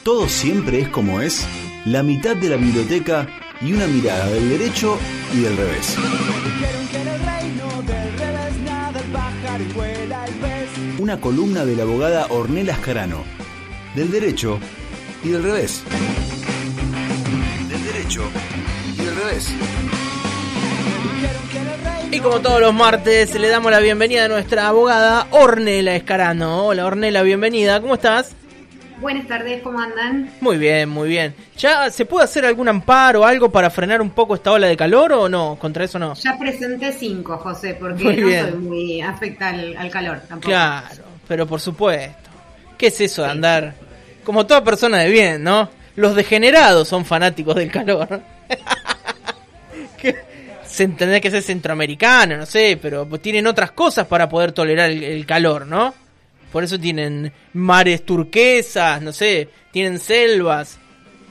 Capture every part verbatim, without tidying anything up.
Todo siempre es como es, la mitad de la biblioteca y una mirada del derecho y del revés. Una columna de la abogada Ornella Scarano, del derecho y del revés. Del derecho y del revés. Y como todos los martes, le damos la bienvenida a nuestra abogada Ornella Scarano. Hola Ornella, bienvenida, ¿cómo estás? Buenas tardes, ¿cómo andan? Muy bien, muy bien. ¿Ya se puede hacer algún amparo o algo para frenar un poco esta ola de calor o no? ¿Contra eso no? Ya presenté cinco, José, porque muy no bien. soy muy afecta al, al calor tampoco. Claro, pero por supuesto. ¿Qué es eso de andar? Como toda persona de bien, ¿no? Los degenerados son fanáticos del calor. ¿Qué? Se tendrá que ser centroamericano, no sé, pero pues tienen otras cosas para poder tolerar el, el calor, ¿no? Por eso tienen mares turquesas, no sé, tienen selvas.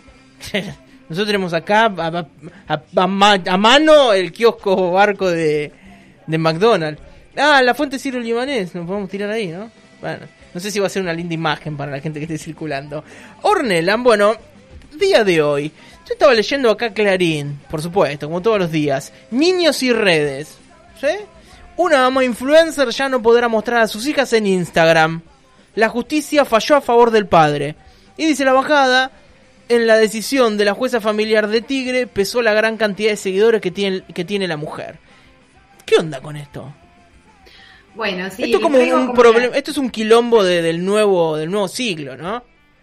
Nosotros tenemos acá a, a, a, a, a mano el kiosco barco de, de McDonald's. Ah, la fuente Ciro Libanés, nos podemos tirar ahí, ¿no? Bueno, no sé si va a ser una linda imagen para la gente que esté circulando. Ornella, bueno, día de hoy. Yo estaba leyendo acá Clarín, por supuesto, como todos los días. Niños y redes, ¿sí? Una mamá influencer ya no podrá mostrar a sus hijas en Instagram. La justicia falló a favor del padre. Y dice la bajada, en la decisión de la jueza familiar de Tigre pesó la gran cantidad de seguidores que tiene, que tiene la mujer. ¿Qué onda con esto? Bueno, sí. Esto, como un problema, la... esto es un quilombo de, del nuevo del nuevo siglo, ¿no?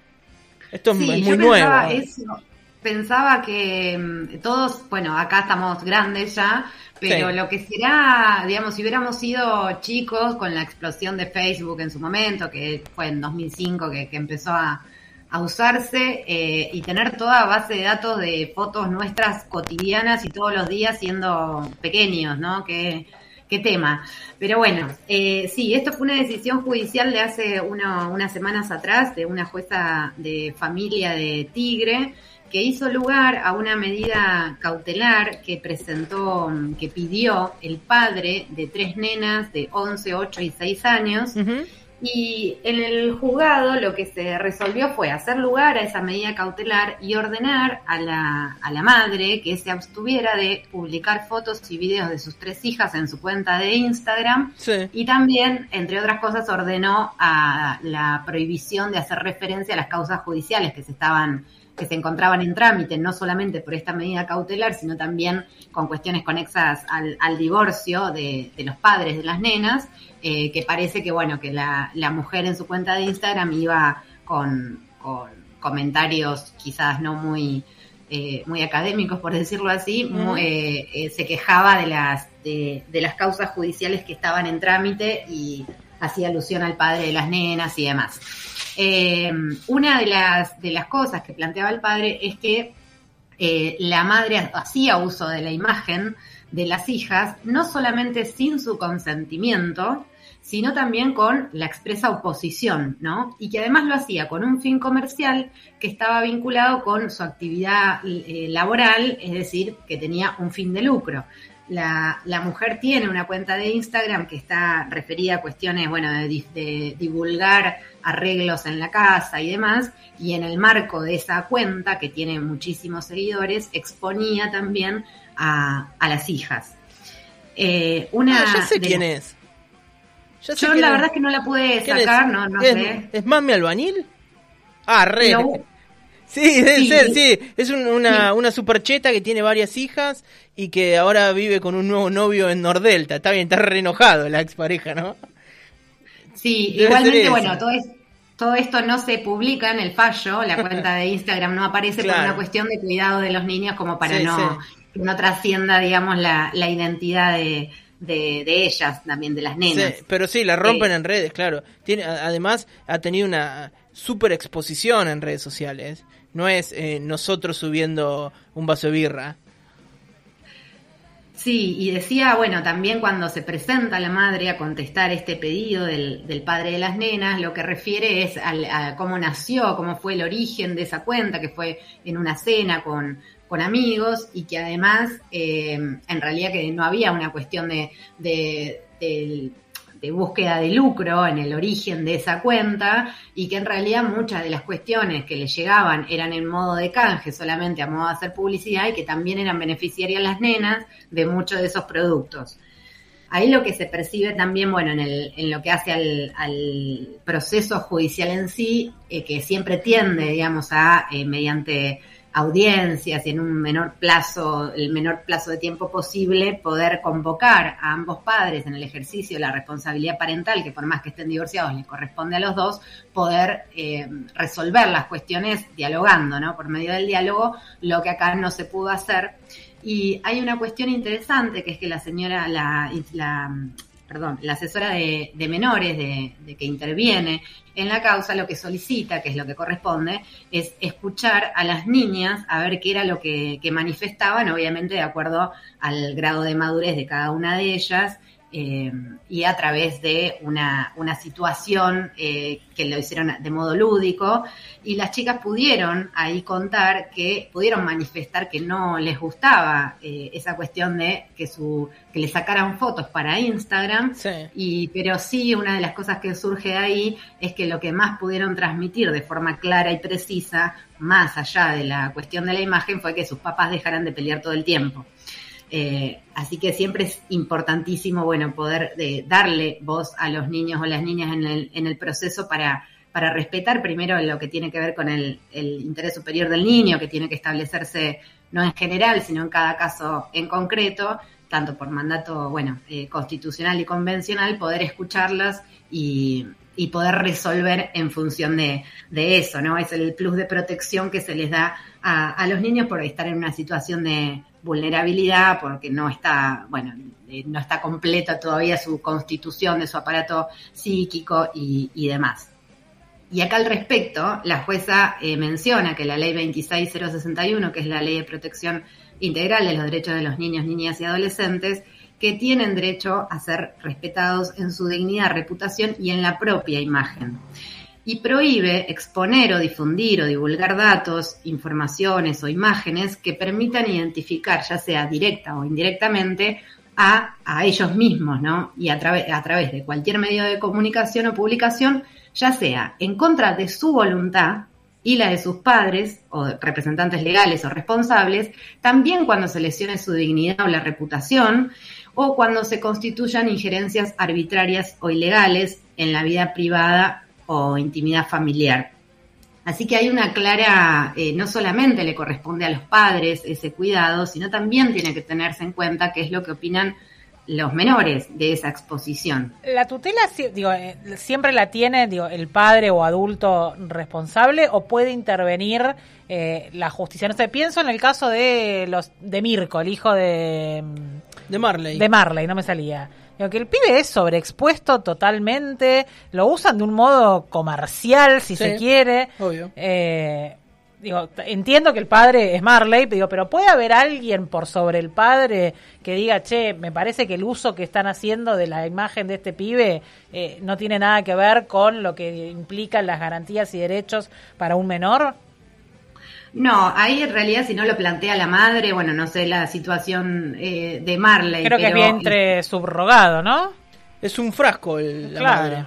Esto sí, es muy yo nuevo. Pensaba, eso, pensaba que um, todos, bueno, acá estamos grandes ya, pero sí. Lo que será, digamos, si hubiéramos sido chicos con la explosión de Facebook en su momento, que fue en dos mil cinco que, que empezó a, a usarse, eh, y tener toda base de datos de fotos nuestras cotidianas y todos los días siendo pequeños, ¿no? Qué, qué tema. Pero bueno, eh, sí, esto fue una decisión judicial de hace uno, unas semanas atrás de una jueza de familia de Tigre, que hizo lugar a una medida cautelar que presentó, que pidió el padre de tres nenas de once, ocho y seis años. Uh-huh. Y en el juzgado lo que se resolvió fue hacer lugar a esa medida cautelar y ordenar a la, a la madre que se abstuviera de publicar fotos y videos de sus tres hijas en su cuenta de Instagram. Sí. Y también, entre otras cosas, ordenó a la prohibición de hacer referencia a las causas judiciales que se estaban que se encontraban en trámite, no solamente por esta medida cautelar, sino también con cuestiones conexas al, al divorcio de, de los padres de las nenas, eh, que parece que, bueno, que la, la mujer en su cuenta de Instagram iba con, con comentarios quizás no muy, eh, muy académicos, por decirlo así, uh-huh. muy, eh, eh, se quejaba de las, de, de las causas judiciales que estaban en trámite y hacía alusión al padre de las nenas y demás. Eh, una de las, de las cosas que planteaba el padre es que eh, la madre hacía uso de la imagen de las hijas, no solamente sin su consentimiento, sino también con la expresa oposición, ¿no? Y que además lo hacía con un fin comercial que estaba vinculado con su actividad eh, laboral, es decir, que tenía un fin de lucro. La, la mujer tiene una cuenta de Instagram que está referida a cuestiones, bueno, de, de divulgar arreglos en la casa y demás, y en el marco de esa cuenta, que tiene muchísimos seguidores, exponía también a, a las hijas. Eh, una ah, ya sé de quién las... es. Ya sé Yo quién la es. verdad es que no la pude sacar, es? no, no ¿Es, sé. ¿Es Mami Albañil? Ah, re. Lo... Sí, debe sí. ser, sí. Es un, una, sí. una supercheta que tiene varias hijas y que ahora vive con un nuevo novio en Nordelta. Está bien, está re enojado la expareja, ¿no? Sí, Debe igualmente, bueno, todo, es, todo esto no se publica en el fallo, la cuenta de Instagram no aparece claro. por una cuestión de cuidado de los niños, como para sí, no, sí. que no trascienda, digamos, la, la identidad de, de, de ellas, también de las nenas. Sí, pero sí, la rompen eh, en redes, claro. Tiene, además, ha tenido una super exposición en redes sociales. No es eh, nosotros subiendo un vaso de birra. Sí, y decía, bueno, también cuando se presenta la madre a contestar este pedido del, del padre de las nenas, lo que refiere es al, a cómo nació, cómo fue el origen de esa cuenta, que fue en una cena con, con amigos, y que además, eh, en realidad que no había una cuestión de, de, de de búsqueda de lucro en el origen de esa cuenta y que en realidad muchas de las cuestiones que les llegaban eran en modo de canje, solamente a modo de hacer publicidad, y que también eran beneficiarias las nenas de muchos de esos productos. Ahí lo que se percibe también, bueno, en, el, en lo que hace al, al proceso judicial en sí, eh, que siempre tiende, digamos, a, eh, mediante audiencias y en un menor plazo, el menor plazo de tiempo posible, poder convocar a ambos padres en el ejercicio de la responsabilidad parental, que por más que estén divorciados les corresponde a los dos, poder eh, resolver las cuestiones dialogando, ¿no? Por medio del diálogo, lo que acá no se pudo hacer. Y hay una cuestión interesante, que es que la señora, la, la perdón, la asesora de, de menores de, de que interviene en la causa, lo que solicita, que es lo que corresponde, es escuchar a las niñas a ver qué era lo que, que manifestaban, obviamente de acuerdo al grado de madurez de cada una de ellas, eh, y a través de una, una situación eh, que lo hicieron de modo lúdico, y las chicas pudieron ahí contar que, pudieron manifestar que no les gustaba eh, esa cuestión de que su que le sacaran fotos para Instagram, sí. y pero sí una de las cosas que surge de ahí es que lo que más pudieron transmitir de forma clara y precisa, más allá de la cuestión de la imagen, fue que sus papás dejaran de pelear todo el tiempo. Eh, así que siempre es importantísimo, bueno, poder eh, darle voz a los niños o las niñas en el, en el proceso para, para respetar primero lo que tiene que ver con el, el interés superior del niño, que tiene que establecerse no en general, sino en cada caso en concreto, tanto por mandato, bueno, eh, constitucional y convencional, poder escucharlas y, y poder resolver en función de, de eso, ¿no? Es el plus de protección que se les da a, a los niños por estar en una situación de vulnerabilidad, porque no está, bueno, eh, no está completa todavía su constitución de su aparato psíquico y, y demás. Y acá al respecto, la jueza eh, menciona que la ley veintiséis mil sesenta y uno, que es la ley de protección integral de los derechos de los niños, niñas y adolescentes, que tienen derecho a ser respetados en su dignidad, reputación y en la propia imagen. Y prohíbe exponer o difundir o divulgar datos, informaciones o imágenes que permitan identificar, ya sea directa o indirectamente, a, a ellos mismos, ¿no? Y a, través a través de cualquier medio de comunicación o publicación, ya sea en contra de su voluntad y la de sus padres o representantes legales o responsables, también cuando se lesione su dignidad o la reputación, o cuando se constituyan injerencias arbitrarias o ilegales en la vida privada o intimidad familiar. Así que hay una clara, eh, no solamente le corresponde a los padres ese cuidado, sino también tiene que tenerse en cuenta qué es lo que opinan los menores de esa exposición. ¿La tutela digo, siempre la tiene digo, el padre o adulto responsable o puede intervenir eh, la justicia? No sé, pienso en el caso de los de Mirko, el hijo de... De Marley. De Marley, no me salía. Digo, que el pibe es sobreexpuesto totalmente, lo usan de un modo comercial, si sí, se quiere. Obvio. Eh, digo, entiendo que el padre es Marley, digo, pero ¿puede haber alguien por sobre el padre que diga, che, me parece que el uso que están haciendo de la imagen de este pibe eh, no tiene nada que ver con lo que implican las garantías y derechos para un menor? No, ahí en realidad si no lo plantea la madre, bueno, no sé la situación eh, de Marley. Creo que pero... es vientre subrogado, ¿no? Es un frasco el, la claro. madre.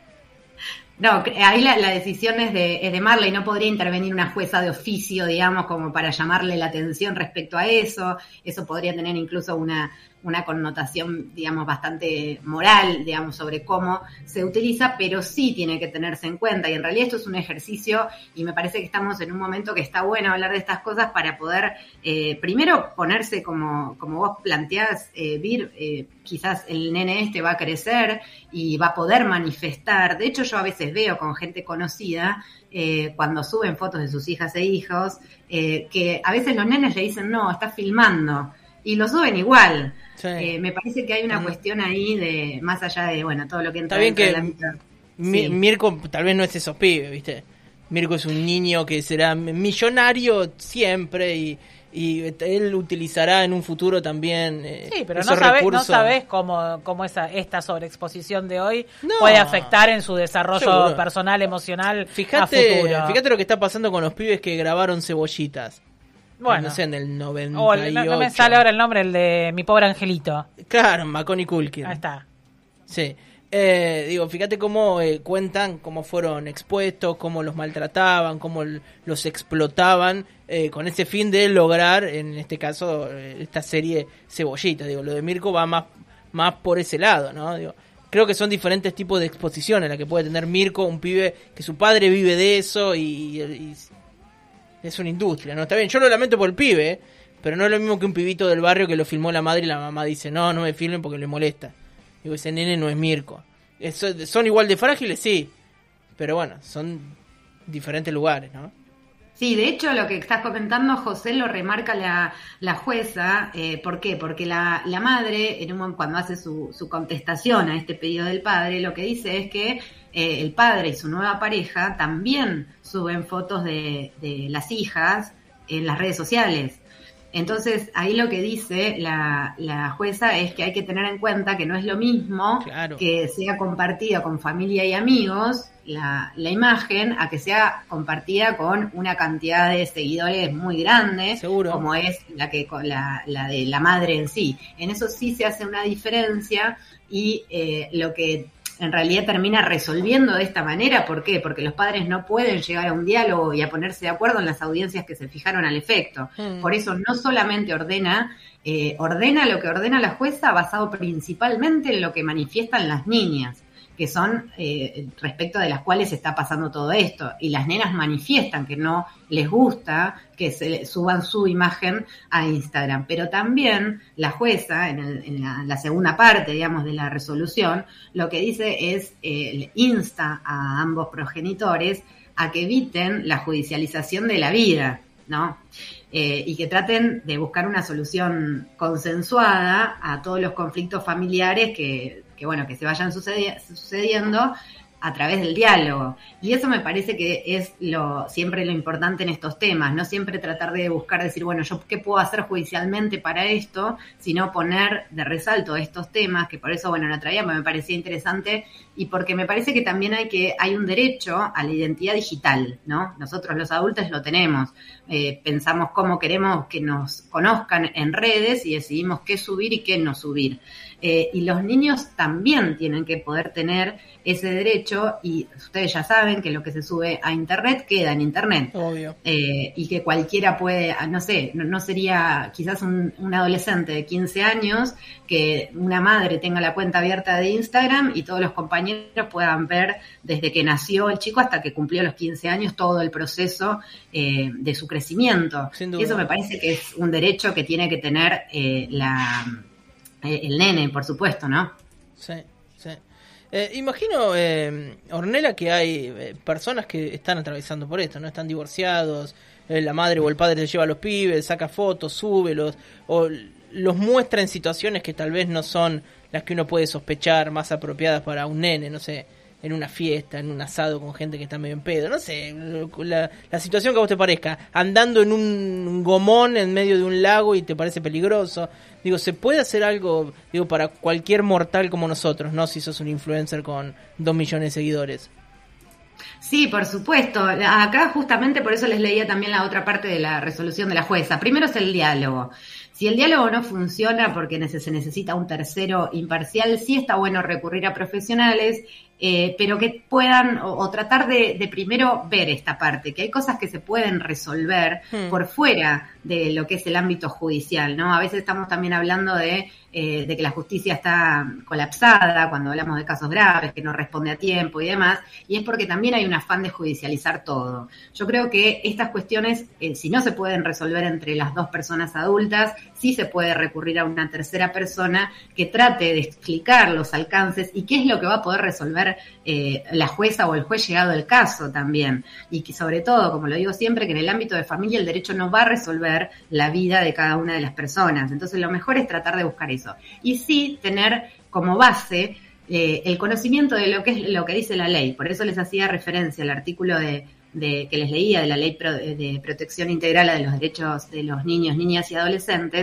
No, ahí la, la decisión es de, es de Marley, no podría intervenir una jueza de oficio, digamos, como para llamarle la atención respecto a eso. Eso podría tener incluso una, una connotación, digamos, bastante moral, digamos, sobre cómo se utiliza, pero sí tiene que tenerse en cuenta. Y en realidad esto es un ejercicio y me parece que estamos en un momento que está bueno hablar de estas cosas para poder, eh, primero, ponerse como, como vos planteás, eh, Vir, eh, quizás el nene este va a crecer y va a poder manifestar. De hecho, yo a veces veo con gente conocida, eh, cuando suben fotos de sus hijas e hijos, eh, que a veces los nenes le dicen, no, estás filmando, y lo suben igual. Sí. Eh, me parece que hay una mm. cuestión ahí de, más allá de, bueno, todo lo que entra dentro de la mitad. Mi, sí. Mirko tal vez no es esos pibes, ¿viste? Mirko es un niño que será millonario siempre y y él utilizará en un futuro también eh, sí, pero esos no sabés, recursos. No sabés cómo, cómo esa, esta sobreexposición de hoy no. puede afectar en su desarrollo Seguro. personal, emocional fíjate, a futuro. Fíjate lo que está pasando con los pibes que grabaron Cebollitas. Bueno. No sé, en el noventa y ocho. O el, no, no me sale ahora el nombre, el de Mi Pobre Angelito. Claro, Macaulay Culkin. Ahí está. Sí. Eh, digo, fíjate cómo eh, cuentan cómo fueron expuestos, cómo los maltrataban, cómo l- los explotaban eh, con ese fin de lograr, en este caso, eh, esta serie Cebollita. Digo, lo de Mirko va más, más por ese lado, ¿no? Digo, creo que son diferentes tipos de exposiciones la que puede tener Mirko, un pibe que su padre vive de eso y, y, y es una industria, ¿no? Está bien, yo lo lamento por el pibe, ¿eh? Pero no es lo mismo que un pibito del barrio que lo filmó la madre y la mamá dice, no, no me filmen porque le molesta. Digo, ese nene no es Mirko. Eso, son igual de frágiles, sí, pero bueno, son diferentes lugares, ¿no? Sí, de hecho lo que estás comentando, José, lo remarca la, la jueza. Eh, ¿Por qué? Porque la, la madre, en un, cuando hace su, su contestación a este pedido del padre, lo que dice es que eh, el padre y su nueva pareja también suben fotos de, de las hijas en las redes sociales. Entonces, ahí lo que dice la, la jueza es que hay que tener en cuenta que no es lo mismo claro. que sea compartida con familia y amigos la, la imagen a que sea compartida con una cantidad de seguidores muy grande, seguro, como es la que la, la de la madre en sí. En eso sí se hace una diferencia y eh, lo que en realidad termina resolviendo de esta manera. ¿Por qué? Porque los padres no pueden llegar a un diálogo y a ponerse de acuerdo en las audiencias que se fijaron al efecto. Mm. Por eso no solamente ordena, eh, ordena lo que ordena la jueza basado principalmente en lo que manifiestan las niñas, que son eh, respecto de las cuales está pasando todo esto. Y las nenas manifiestan que no les gusta que se suban su imagen a Instagram. Pero también la jueza, en, el, en la, la segunda parte, digamos, de la resolución, lo que dice es, eh, insta a ambos progenitores a que eviten la judicialización de la vida, ¿no? Eh, y que traten de buscar una solución consensuada a todos los conflictos familiares que, que bueno, que se vayan sucedi- sucediendo a través del diálogo. Y eso me parece que es lo siempre lo importante en estos temas, no siempre tratar de buscar decir, bueno, yo qué puedo hacer judicialmente para esto, sino poner de resalto estos temas, que por eso, bueno, lo traía, me parecía interesante, y porque me parece que también hay que hay un derecho a la identidad digital, ¿no? Nosotros los adultos lo tenemos, eh, pensamos cómo queremos que nos conozcan en redes y decidimos qué subir y qué no subir. Eh, y los niños también tienen que poder tener ese derecho, y ustedes ya saben que lo que se sube a internet queda en internet. Obvio. Eh, y que cualquiera puede, no sé, no, no sería quizás un, un adolescente de quince años que una madre tenga la cuenta abierta de Instagram y todos los compañeros puedan ver desde que nació el chico hasta que cumplió los quince años todo el proceso eh, de su crecimiento. Y eso me parece que es un derecho que tiene que tener eh, la... el nene, por supuesto, ¿no? Sí, sí. Eh, imagino, eh, Ornella, que hay eh, personas que están atravesando por esto, ¿no? Están divorciados, eh, la madre o el padre les lleva a los pibes, saca fotos, sube los, o los muestra en situaciones que tal vez no son las que uno puede sospechar más apropiadas para un nene, no sé, en una fiesta, en un asado con gente que está medio en pedo, no sé, la, la situación que a vos te parezca, andando en un gomón en medio de un lago y te parece peligroso. Digo, ¿se puede hacer algo, digo, para cualquier mortal como nosotros, no si sos un influencer con dos millones de seguidores? Sí, por supuesto. Acá justamente por eso les leía también la otra parte de la resolución de la jueza. Primero es el diálogo. Si el diálogo no funciona porque se necesita un tercero imparcial, sí está bueno recurrir a profesionales, eh, pero que puedan, o, o tratar de, de primero ver esta parte, que hay cosas que se pueden resolver hmm. por fuera de lo que es el ámbito judicial, ¿no? A veces estamos también hablando de, eh, de que la justicia está colapsada cuando hablamos de casos graves, que no responde a tiempo y demás, y es porque también hay un afán de judicializar todo. Yo creo que estas cuestiones, eh, si no se pueden resolver entre las dos personas adultas, sí se puede recurrir a una tercera persona que trate de explicar los alcances y qué es lo que va a poder resolver eh, la jueza o el juez llegado el caso también. Y que sobre todo, como lo digo siempre, que en el ámbito de familia el derecho no va a resolver la vida de cada una de las personas. Entonces lo mejor es tratar de buscar eso. Y sí tener como base eh, el conocimiento de lo que es lo que dice la ley. Por eso les hacía referencia al artículo de de que les leía de la Ley Pro, de Protección Integral de los Derechos de los Niños, Niñas y Adolescentes,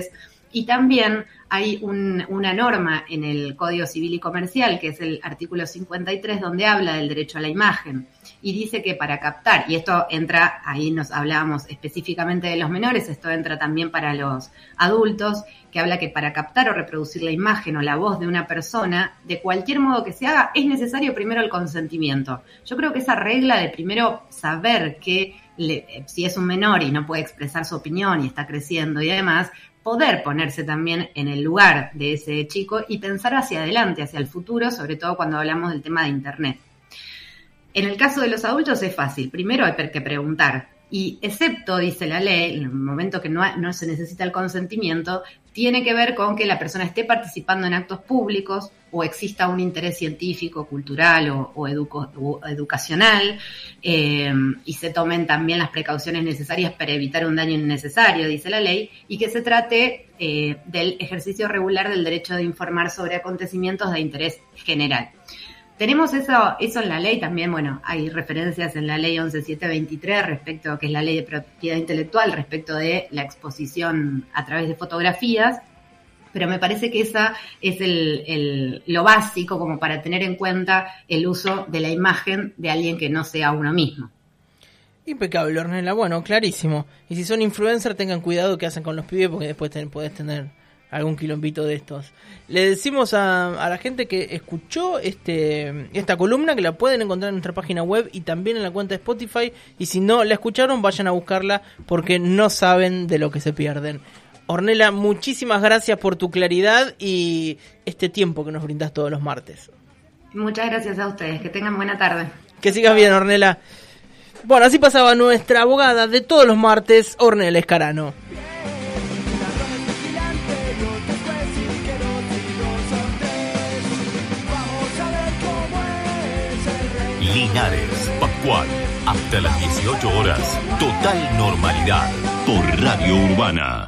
Y también hay un, una norma en el Código Civil y Comercial, que es el artículo cincuenta y tres, donde habla del derecho a la imagen. Y dice que para captar, y esto entra, ahí nos hablábamos específicamente de los menores, esto entra también para los adultos, que habla que para captar o reproducir la imagen o la voz de una persona, de cualquier modo que se haga, es necesario primero el consentimiento. Yo creo que esa regla de primero saber que le, si es un menor y no puede expresar su opinión y está creciendo y además, poder ponerse también en el lugar de ese chico y pensar hacia adelante, hacia el futuro, sobre todo cuando hablamos del tema de Internet. En el caso de los adultos es fácil, primero hay que preguntar, y excepto, dice la ley, en el momento que no, no se necesita el consentimiento, tiene que ver con que la persona esté participando en actos públicos o exista un interés científico, cultural o, o, educo, o educacional, eh, y se tomen también las precauciones necesarias para evitar un daño innecesario, dice la ley, y que se trate eh, del ejercicio regular del derecho de informar sobre acontecimientos de interés general. Tenemos eso, eso en la ley también, bueno, hay referencias en la ley once mil setecientos veintitrés respecto, que es la ley de propiedad intelectual, respecto de la exposición a través de fotografías, pero me parece que esa es el, el, lo básico como para tener en cuenta el uso de la imagen de alguien que no sea uno mismo. Impecable, Ornella, bueno, clarísimo. Y si son influencers, tengan cuidado qué hacen con los pibes, porque después ten, podés tener algún quilombito de estos. Le decimos a, a la gente que escuchó este esta columna que la pueden encontrar en nuestra página web y también en la cuenta de Spotify, y si no la escucharon, vayan a buscarla porque no saben de lo que se pierden. Ornella, muchísimas gracias por tu claridad y este tiempo que nos brindas todos los martes. Muchas gracias a ustedes, que tengan buena tarde. Que sigas bien, Ornella. Bueno, así pasaba nuestra abogada de todos los martes, Ornella Scarano. Linares, Pascual, hasta las dieciocho horas, total normalidad por Radio Urbana.